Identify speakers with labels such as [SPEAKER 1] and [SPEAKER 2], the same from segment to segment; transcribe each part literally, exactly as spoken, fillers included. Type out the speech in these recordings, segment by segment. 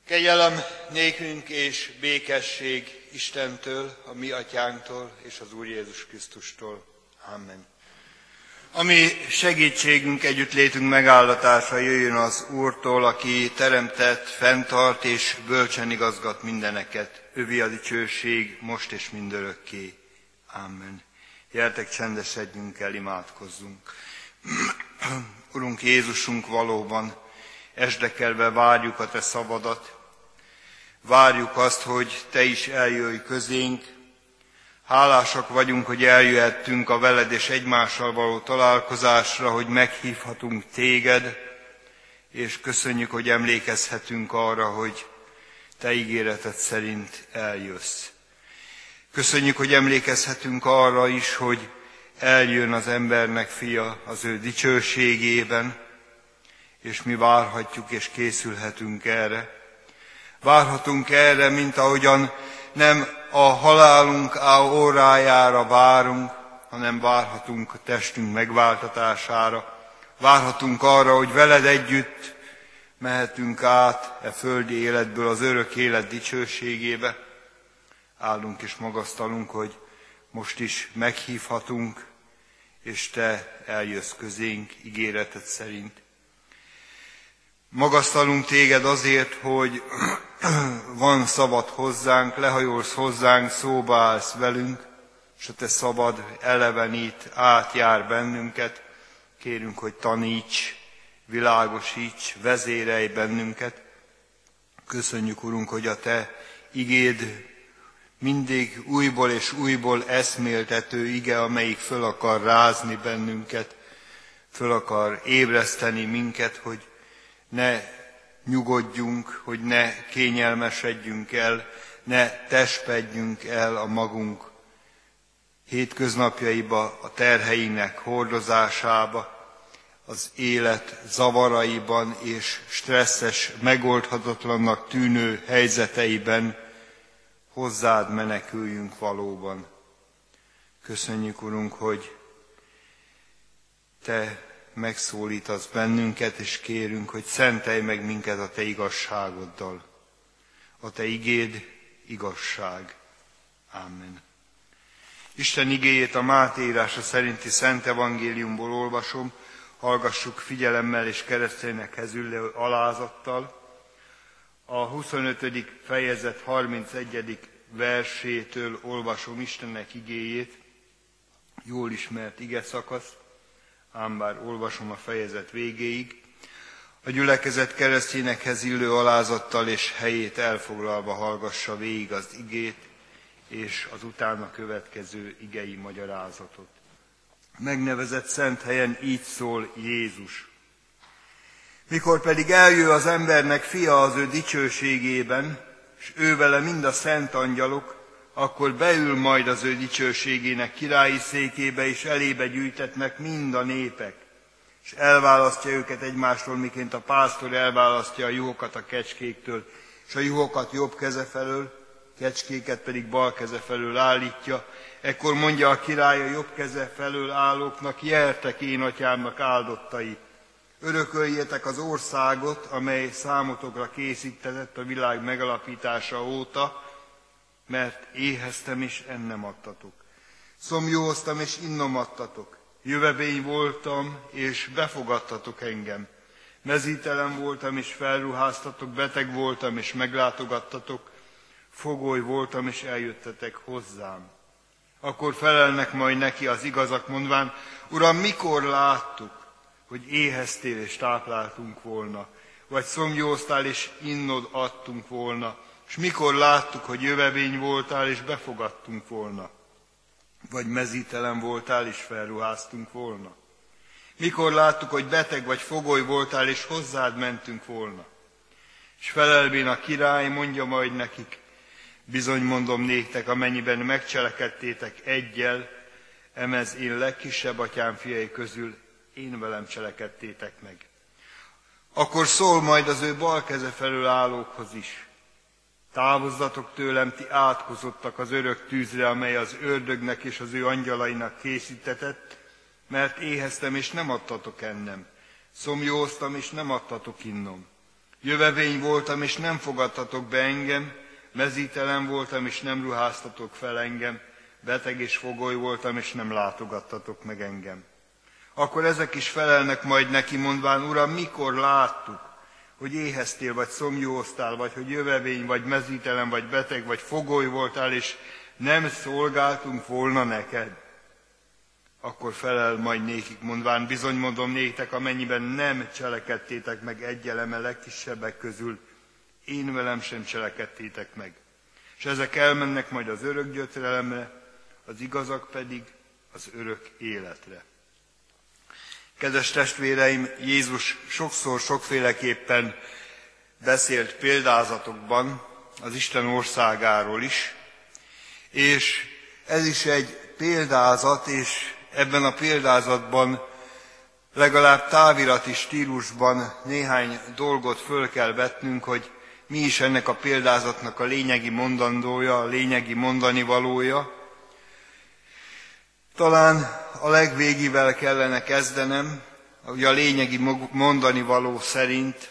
[SPEAKER 1] Kegyelem nékünk és békesség Istentől, a mi atyánktól és az Úr Jézus Krisztustól. Amen. Ami segítségünk, együttlétünk megállatása jöjjön az Úrtól, aki teremtett, fenntart és bölcsen igazgat mindeneket. Övi a dicsőség most és mindörökké. Amen. Gyertek, csendesedjünk el, imádkozzunk. Urunk Jézusunk, valóban esdekelve várjuk a Te szavadat, várjuk azt, hogy Te is eljöjj közénk. Hálásak vagyunk, hogy eljöhettünk a veled és egymással való találkozásra, hogy meghívhatunk Téged, és köszönjük, hogy emlékezhetünk arra, hogy Te ígéreted szerint eljössz. Köszönjük, hogy emlékezhetünk arra is, hogy eljön az embernek fia az ő dicsőségében, és mi várhatjuk és készülhetünk erre. Várhatunk erre, mint ahogyan nem a halálunk órájára várunk, hanem várhatunk a testünk megváltatására. Várhatunk arra, hogy veled együtt mehetünk át e földi életből az örök élet dicsőségébe. Állunk és magasztalunk, hogy most is meghívhatunk, és Te eljössz közénk ígéreted szerint. Magasztalunk Téged azért, hogy van szavad hozzánk, lehajolsz hozzánk, szóba állsz velünk, és a Te szabad elevenít, átjár bennünket. Kérünk, hogy taníts, világosíts, vezérelj bennünket. Köszönjük, Urunk, hogy a Te igéd mindig újból és újból eszméltető ige, amelyik föl akar rázni bennünket, föl akar ébreszteni minket, hogy ne nyugodjunk, hogy ne kényelmesedjünk el, ne testpedjünk el a magunk hétköznapjaiba, a terheinek hordozásába, az élet zavaraiban és stresszes, megoldhatatlannak tűnő helyzeteiben hozzád meneküljünk valóban. Köszönjük, Urunk, hogy Te megszólítasz bennünket, és kérünk, hogy szentelj meg minket a Te igazságoddal. A Te igéd igazság. Amen. Isten igéjét a Máté írása szerinti Szent Evangéliumból olvasom, hallgassuk figyelemmel és keresztényekhez ülő alázattal. A huszonötödik fejezet harmincegyedik versétől olvasom Istennek igéjét, jól ismert ige szakasz, ám bár olvasom a fejezet végéig, a gyülekezet keresztényekhez illő alázattal és helyét elfoglalva hallgassa végig az igét, és az utána következő igei magyarázatot. Megnevezett szent helyen így szól Jézus. Mikor pedig eljön az embernek fia az ő dicsőségében, és ő vele mind a szent angyalok, akkor beül majd az ő dicsőségének királyi székébe, és elébe gyűjtetnek mind a népek, és elválasztja őket egymástól, miként a pásztor elválasztja a juhokat a kecskéktől, és a juhokat jobb keze felől, kecskéket pedig bal keze felől állítja. Ekkor mondja a király a jobb keze felől állóknak, gyertek én atyámnak áldottai, örököljétek az országot, amely számotokra készítetett a világ megalapítása óta, mert éheztem és ennem adtatok. Szomjóztam és innom adtatok. Jövevény voltam és befogadtatok engem. Mezítelen voltam és felruháztatok, beteg voltam és meglátogattatok, fogoly voltam és eljöttetek hozzám. Akkor felelnek majd neki az igazak mondván, Uram, mikor láttuk, hogy éheztél és tápláltunk volna, vagy szomjóztál és innod adtunk volna, és mikor láttuk, hogy jövevény voltál, és befogadtunk volna, vagy mezítelen voltál, és felruháztunk volna. Mikor láttuk, hogy beteg vagy fogoly voltál, és hozzád mentünk volna. És felelvén a király mondja majd nekik, bizony mondom néktek, amennyiben megcselekedtétek egyel, emez én legkisebb atyám fiai közül, én velem cselekedtétek meg. Akkor szól majd az ő bal keze felől állókhoz is. Távozzatok tőlem, ti átkozottak az örök tűzre, amely az ördögnek és az ő angyalainak készítetett, mert éheztem és nem adtatok ennem, szomjóztam és nem adtatok innom, Jövevény voltam, és nem fogadtatok be engem, mezítelen voltam, és nem ruháztatok fel engem, beteg és fogoly voltam, és nem látogattatok meg engem. Akkor ezek is felelnek majd neki, mondván, Uram, mikor láttuk, hogy éheztél, vagy szomjóztál, vagy hogy jövevény, vagy mezítelen, vagy beteg, vagy fogoly voltál, és nem szolgáltunk volna neked? Akkor felel majd nékik, mondván, bizony mondom néktek, amennyiben nem cselekedtétek meg egy eleme legkisebbek közül, én velem sem cselekedtétek meg. És ezek elmennek majd az örök gyötrelemre, az igazak pedig az örök életre. Kedves testvéreim, Jézus sokszor, sokféleképpen beszélt példázatokban az Isten országáról is, és ez is egy példázat, és ebben a példázatban legalább távirati stílusban néhány dolgot föl kell vetnünk, hogy mi is ennek a példázatnak a lényegi mondandója, a lényegi mondanivalója. Talán a legvégivel kellene kezdenem, hogy a lényegi mondanivaló szerint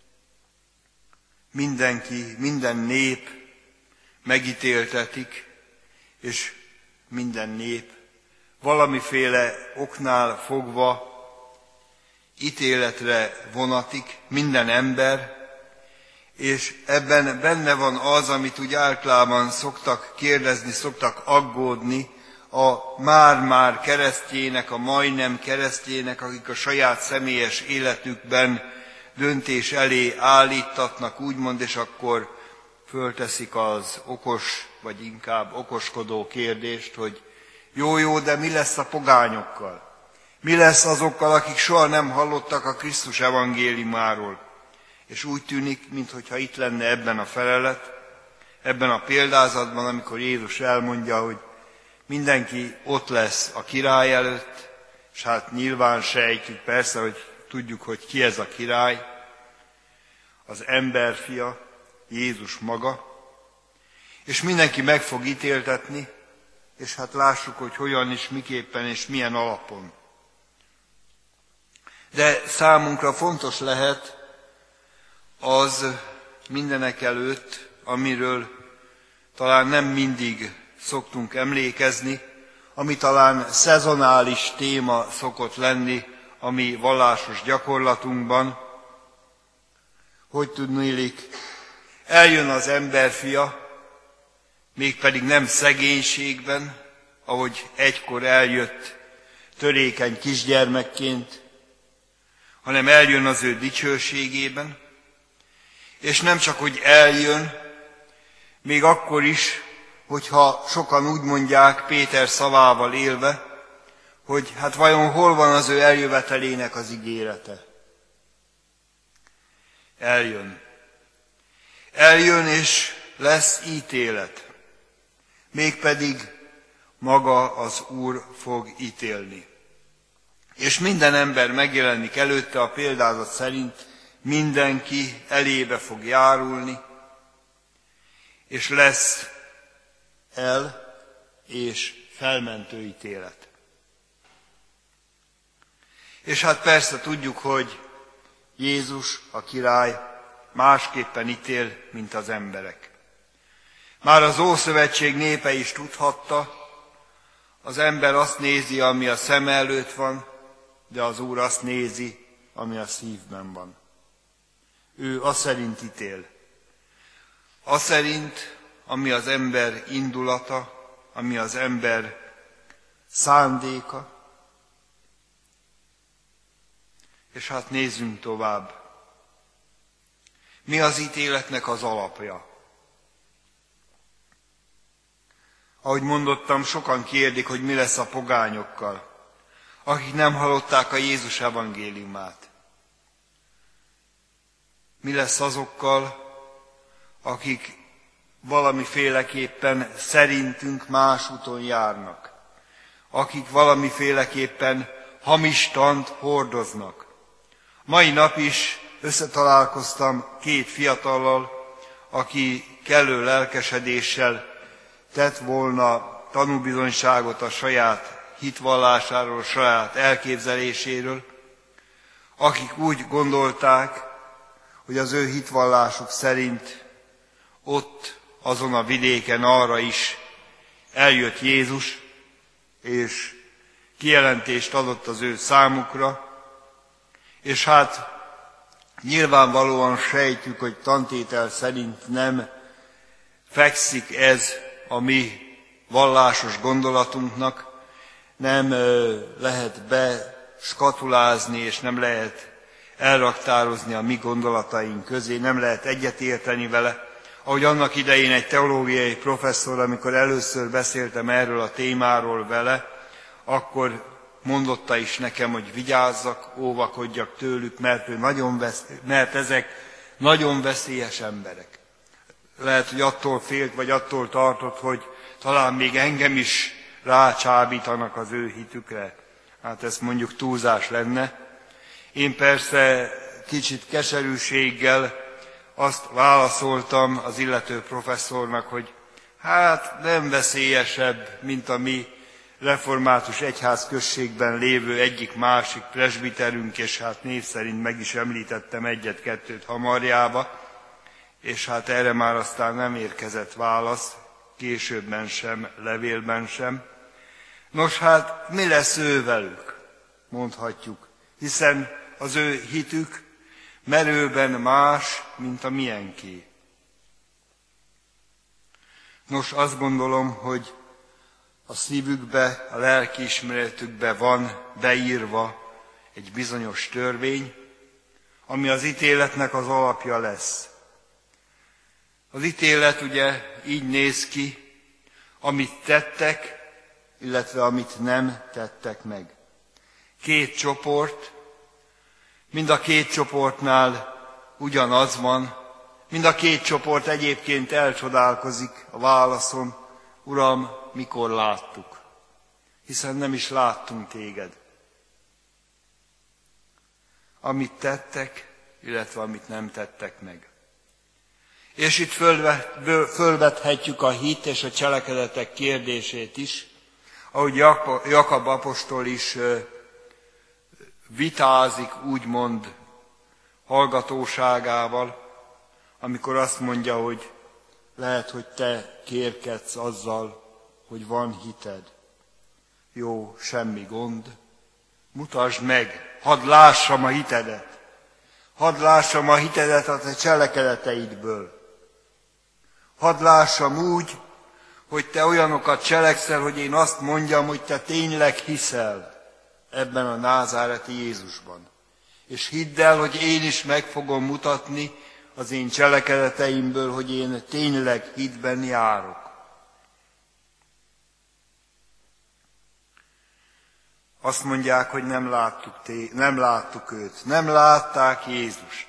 [SPEAKER 1] mindenki, minden nép megítéltetik, és minden nép valamiféle oknál fogva ítéletre vonatik, minden ember, és ebben benne van az, amit úgy általában szoktak kérdezni, szoktak aggódni, a már-már keresztjének, a majdnem keresztjének, akik a saját személyes életükben döntés elé állítatnak, úgymond, és akkor fölteszik az okos, vagy inkább okoskodó kérdést, hogy jó-jó, de mi lesz a pogányokkal? Mi lesz azokkal, akik soha nem hallottak a Krisztus evangéliumáról? És úgy tűnik, mintha itt lenne ebben a felelet, ebben a példázatban, amikor Jézus elmondja, hogy mindenki ott lesz a király előtt, és hát nyilván sejtjük persze, hogy tudjuk, hogy ki ez a király, az emberfia, Jézus maga, és mindenki meg fog ítéltetni, és hát lássuk, hogy hogyan is, miképpen és milyen alapon. De számunkra fontos lehet az mindenek előtt, amiről talán nem mindig szoktunk emlékezni, ami talán szezonális téma szokott lenni a mi vallásos gyakorlatunkban, hogy tudniillik, eljön az emberfia, mégpedig nem szegénységben, ahogy egykor eljött törékeny kisgyermekként, hanem eljön az ő dicsőségében, és nem csak, hogy eljön, még akkor is, hogyha sokan úgy mondják, Péter szavával élve, hogy hát vajon hol van az ő eljövetelének az ígérete. Eljön. Eljön, és lesz ítélet. Mégpedig maga az Úr fog ítélni. És minden ember megjelenik előtte, a példázat szerint mindenki elébe fog járulni, és lesz el és felmentő ítélet. És hát persze tudjuk, hogy Jézus, a király, másképpen ítél, mint az emberek. Már az Ószövetség népe is tudhatta, az ember azt nézi, ami a szem előtt van, de az Úr azt nézi, ami a szívben van. Ő azt szerint ítél. Azt szerint, ami az ember indulata, ami az ember szándéka. És hát nézzünk tovább. Mi az ítéletnek az alapja? Ahogy mondottam, sokan kérdik, hogy mi lesz a pogányokkal, akik nem hallották a Jézus evangéliumát. Mi lesz azokkal, akik valamiféleképpen szerintünk más úton járnak, akik valamiféleképpen hamis tant hordoznak. Mai nap is összetalálkoztam két fiatallal, aki kellő lelkesedéssel tett volna tanúbizonyságot a saját hitvallásáról, a saját elképzeléséről, akik úgy gondolták, hogy az ő hitvallásuk szerint ott, azon a vidéken arra is eljött Jézus, és kijelentést adott az ő számukra, és hát nyilvánvalóan sejtjük, hogy tantétel szerint nem fekszik ez a mi vallásos gondolatunknak, nem lehet beskatulázni, és nem lehet elraktározni a mi gondolataink közé, nem lehet egyetérteni vele. Ahogy annak idején egy teológiai professzor, amikor először beszéltem erről a témáról vele, akkor mondotta is nekem, hogy vigyázzak, óvakodjak tőlük, mert, ő nagyon vesz, mert ezek nagyon veszélyes emberek. Lehet, hogy attól félt, vagy attól tartott, hogy talán még engem is rácsábítanak az ő hitükre. Hát ez mondjuk túlzás lenne. Én persze kicsit keserűséggel azt válaszoltam az illető professzornak, hogy hát nem veszélyesebb, mint a mi református egyházközségben lévő egyik-másik presbiterünk, és hát név szerint meg is említettem egyet-kettőt hamarjába, és hát erre már aztán nem érkezett válasz, későbben sem, levélben sem. Nos, hát mi lesz ő velük, mondhatjuk, hiszen az ő hitük merőben más, mint a miénké. Nos, azt gondolom, hogy a szívükbe, a lelkiismeretükbe van beírva egy bizonyos törvény, ami az ítéletnek az alapja lesz. Az ítélet ugye így néz ki, amit tettek, illetve amit nem tettek meg. Két csoport, mind a két csoportnál ugyanaz van, mind a két csoport egyébként elcsodálkozik a válaszon, Uram, mikor láttuk, hiszen nem is láttunk téged. Amit tettek, illetve amit nem tettek meg. És itt fölvethetjük a hit és a cselekedetek kérdését is, ahogy Jakab apostol is vitázik, úgymond hallgatóságával, amikor azt mondja, hogy lehet, hogy te kérkedsz azzal, hogy van hited. Jó, semmi gond. Mutasd meg, hadd lássam a hitedet. Hadd lássam a hitedet a te cselekedeteidből. Hadd lássam úgy, hogy te olyanokat cselekszel, hogy én azt mondjam, hogy te tényleg hiszel ebben a názáreti Jézusban. És hidd el, hogy én is meg fogom mutatni az én cselekedeteimből, hogy én tényleg hitben járok. Azt mondják, hogy nem láttuk, té- nem láttuk őt, nem látták Jézust.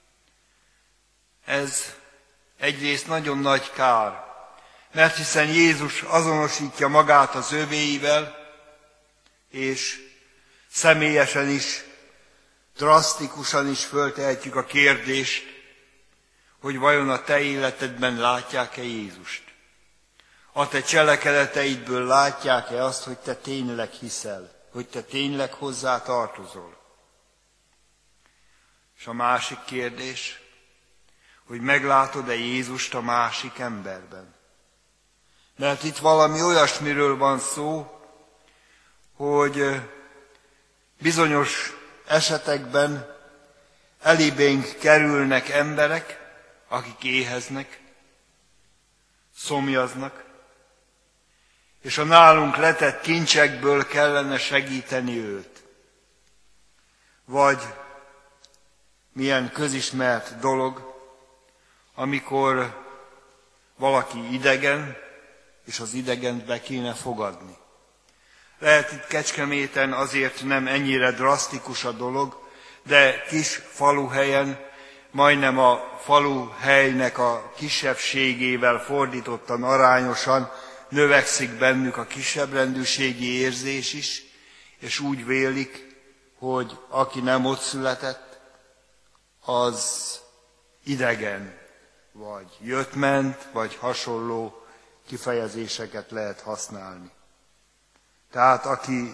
[SPEAKER 1] Ez egyrészt nagyon nagy kár, mert hiszen Jézus azonosítja magát az övéivel, és személyesen is, drasztikusan is föltehetjük a kérdést, hogy vajon a te életedben látják-e Jézust? A te cselekedeteidből látják-e azt, hogy te tényleg hiszel, hogy te tényleg hozzá tartozol? És a másik kérdés, hogy meglátod-e Jézust a másik emberben? Mert itt valami olyasmiről van szó, hogy bizonyos esetekben elébénk kerülnek emberek, akik éheznek, szomjaznak, és a nálunk letett kincsekből kellene segíteni őt. Vagy milyen közismert dolog, amikor valaki idegen, és az idegent be kéne fogadni. Lehet itt Kecskeméten azért nem ennyire drasztikus a dolog, de kis faluhelyen, majdnem a faluhelynek a kisebbségével fordítottan arányosan növekszik bennük a kisebbrendűségi érzés is, és úgy vélik, hogy aki nem ott született, az idegen, vagy jött-ment, vagy hasonló kifejezéseket lehet használni. Tehát aki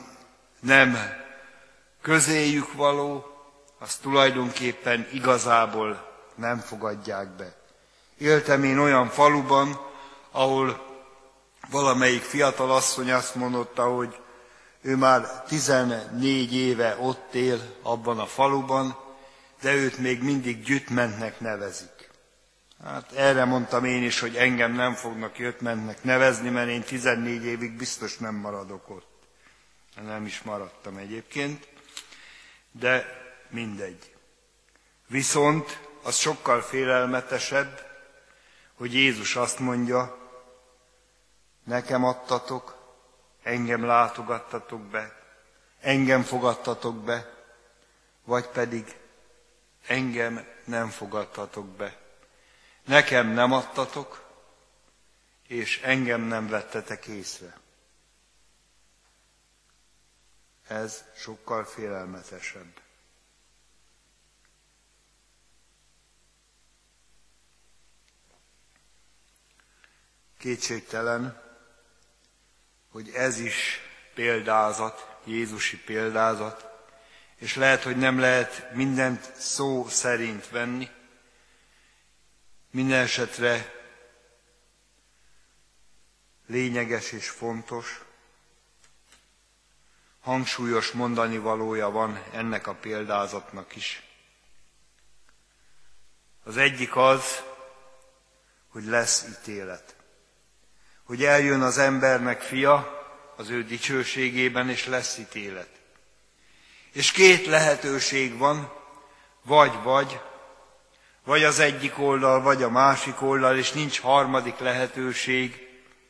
[SPEAKER 1] nem közéjük való, az tulajdonképpen igazából nem fogadják be. Éltem én olyan faluban, ahol valamelyik fiatal asszony azt mondotta, hogy ő már tizennégy éve ott él abban a faluban, de őt még mindig Gyütmentnek nevezik. Hát erre mondtam én is, hogy engem nem fognak Gyütmentnek nevezni, mert én tizennégy évig biztos nem maradok ott. Nem is maradtam egyébként, de mindegy. Viszont az sokkal félelmetesebb, hogy Jézus azt mondja, nekem adtatok, engem látogattatok be, engem fogadtatok be, vagy pedig engem nem fogadtatok be. Nekem nem adtatok, és engem nem vettetek észre. Ez sokkal félelmetesebb. Kétségtelen, hogy ez is példázat, jézusi példázat, és lehet, hogy nem lehet mindent szó szerint venni. Minden esetre lényeges és fontos, hangsúlyos mondani valója van ennek a példázatnak is. Az egyik az, hogy lesz ítélet. Hogy eljön az embernek fia az ő dicsőségében, és lesz ítélet. És két lehetőség van, vagy-vagy, vagy az egyik oldal, vagy a másik oldal, és nincs harmadik lehetőség,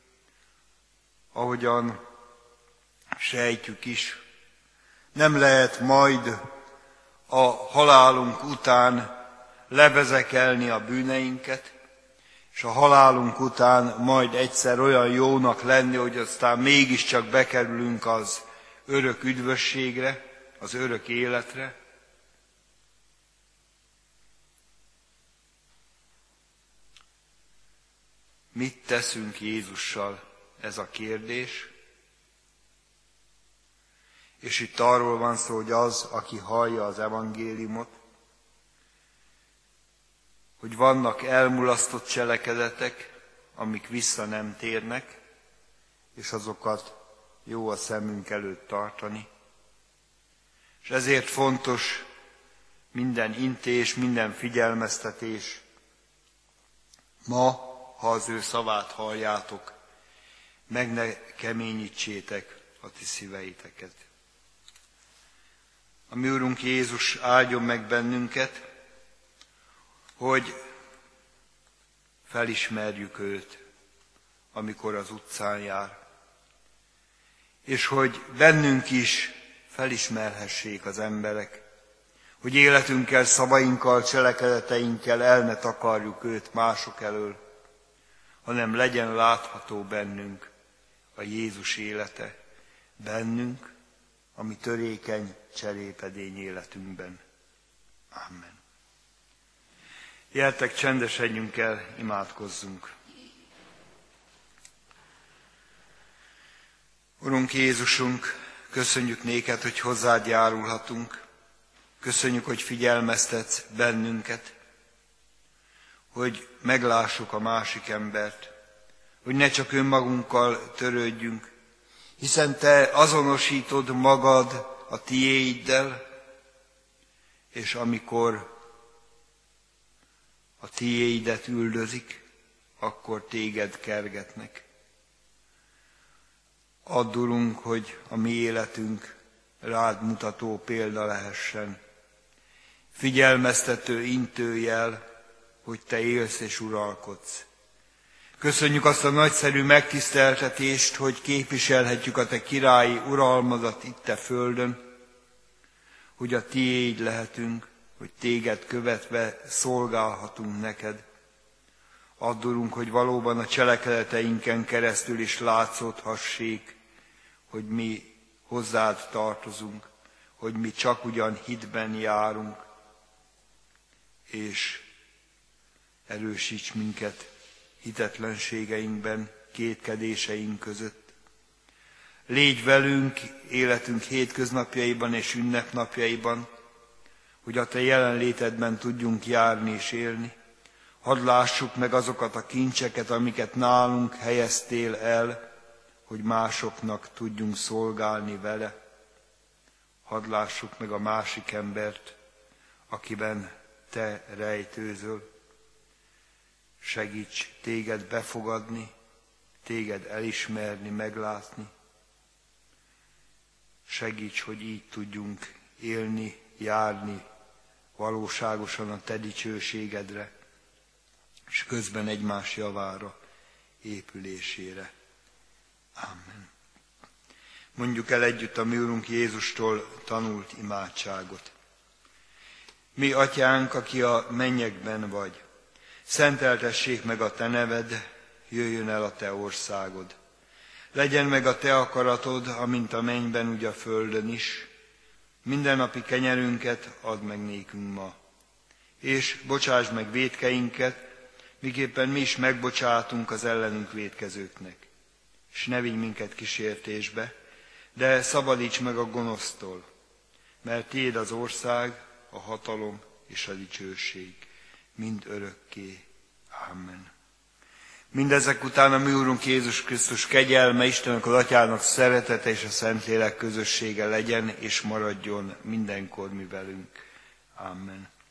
[SPEAKER 1] ahogyan sejtjük is. Nem lehet majd a halálunk után levezekelni a bűneinket, és a halálunk után majd egyszer olyan jónak lenni, hogy aztán mégiscsak bekerülünk az örök üdvösségre, az örök életre. Mit teszünk Jézussal? Ez a kérdés. És itt arról van szó, hogy az, aki hallja az evangéliumot, hogy vannak elmulasztott cselekedetek, amik vissza nem térnek, és azokat jó a szemünk előtt tartani. És ezért fontos minden intés, minden figyelmeztetés. Ma, ha az ő szavát halljátok, meg ne keményítsétek a ti szíveiteket. A mi Urunk Jézus áldjon meg bennünket, hogy felismerjük őt, amikor az utcán jár, és hogy bennünk is felismerhessék az emberek, hogy életünkkel, szavainkkal, cselekedeteinkkel el ne takarjuk őt mások elől, hanem legyen látható bennünk a Jézus élete, bennünk, a mi törékeny cserépedény életünkben. Amen. Gyertek, csendesedjünk el, imádkozzunk. Urunk Jézusunk, köszönjük néked, hogy hozzád járulhatunk. Köszönjük, hogy figyelmeztetsz bennünket, hogy meglássuk a másik embert, hogy ne csak önmagunkkal törődjünk, hiszen te azonosítod magad a tiéiddel, és amikor a tiéidet üldözik, akkor téged kergetnek. Add, Urunk, hogy a mi életünk rád mutató példa lehessen. Figyelmeztető intőjel, hogy te élsz és uralkodsz. Köszönjük azt a nagyszerű megtiszteltetést, hogy képviselhetjük a te királyi uralmadat itt a földön, hogy a tiéd lehetünk, hogy téged követve szolgálhatunk neked. Add, Urunk, hogy valóban a cselekedeteinken keresztül is látszódhassék, hogy mi hozzád tartozunk, hogy mi csak ugyan hitben járunk, és erősíts minket hitetlenségeinkben, kétkedéseink között. Légy velünk életünk hétköznapjaiban és ünnepnapjaiban, hogy a Te jelenlétedben tudjunk járni és élni. Hadd lássuk meg azokat a kincseket, amiket nálunk helyeztél el, hogy másoknak tudjunk szolgálni vele. Hadd lássuk meg a másik embert, akiben Te rejtőzöl. Segíts Téged befogadni, Téged elismerni, meglátni. Segíts, hogy így tudjunk élni, járni valóságosan a Te dicsőségedre, és közben egymás javára, épülésére. Amen. Mondjuk el együtt a mi Urunk Jézustól tanult imádságot. Mi, Atyánk, aki a mennyekben vagy, szenteltessék meg a Te neved, jöjjön el a Te országod. Legyen meg a Te akaratod, amint a mennyben, úgy a földön is. Mindennapi kenyerünket add meg nékünk ma. És bocsásd meg vétkeinket, miképpen mi is megbocsátunk az ellenünk vétkezőknek. És ne vigy minket kísértésbe, de szabadíts meg a gonosztól, mert Tiéd az ország, a hatalom és a dicsőség, mind örökké. Amen. Mindezek után a mi Úrunk Jézus Krisztus kegyelme, Istennek az Atyának szeretete és a Szentlélek közössége legyen és maradjon mindenkor mi velünk. Amen.